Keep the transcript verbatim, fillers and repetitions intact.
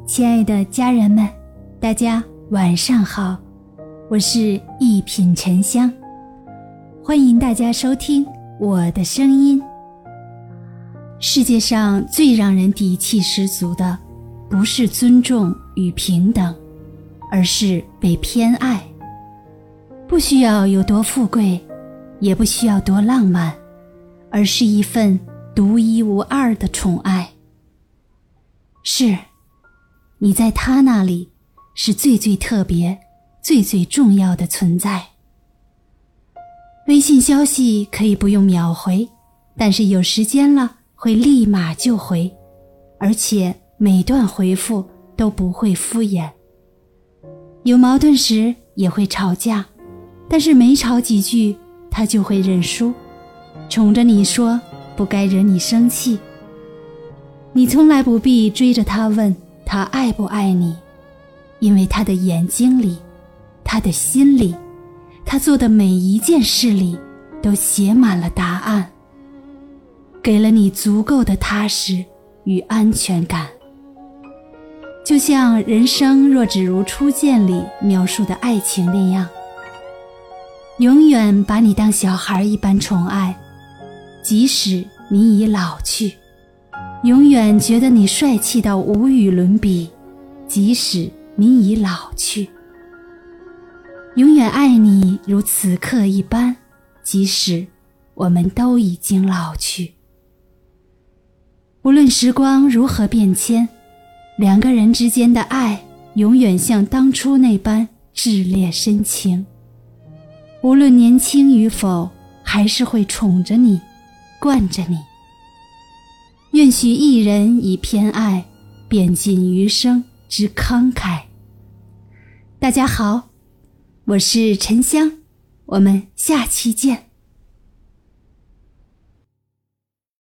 亲爱的家人们，大家晚上好，我是一品沉香，欢迎大家收听我的声音。世界上最让人底气十足的，不是尊重与平等，而是被偏爱。不需要有多富贵，也不需要多浪漫，而是一份独一无二的宠爱。是，你在他那里是最最特别、最最重要的存在。微信消息可以不用秒回，但是有时间了会立马就回，而且每段回复都不会敷衍。有矛盾时也会吵架，但是没吵几句他就会认输，宠着你说不该惹你生气。你从来不必追着他问他爱不爱你，因为他的眼睛里，他的心里，他做的每一件事里都写满了答案，给了你足够的踏实与安全感。就像人生若只如初见里描述的爱情那样，永远把你当小孩一般宠爱，即使你已老去，永远觉得你帅气到无与伦比，即使你已老去，永远爱你如此刻一般，即使我们都已经老去。无论时光如何变迁，两个人之间的爱永远像当初那般炽烈深情。无论年轻与否，还是会宠着你，惯着你。愿许一人以偏爱，遍尽余生之慷慨。大家好，我是沉香，我们下期见。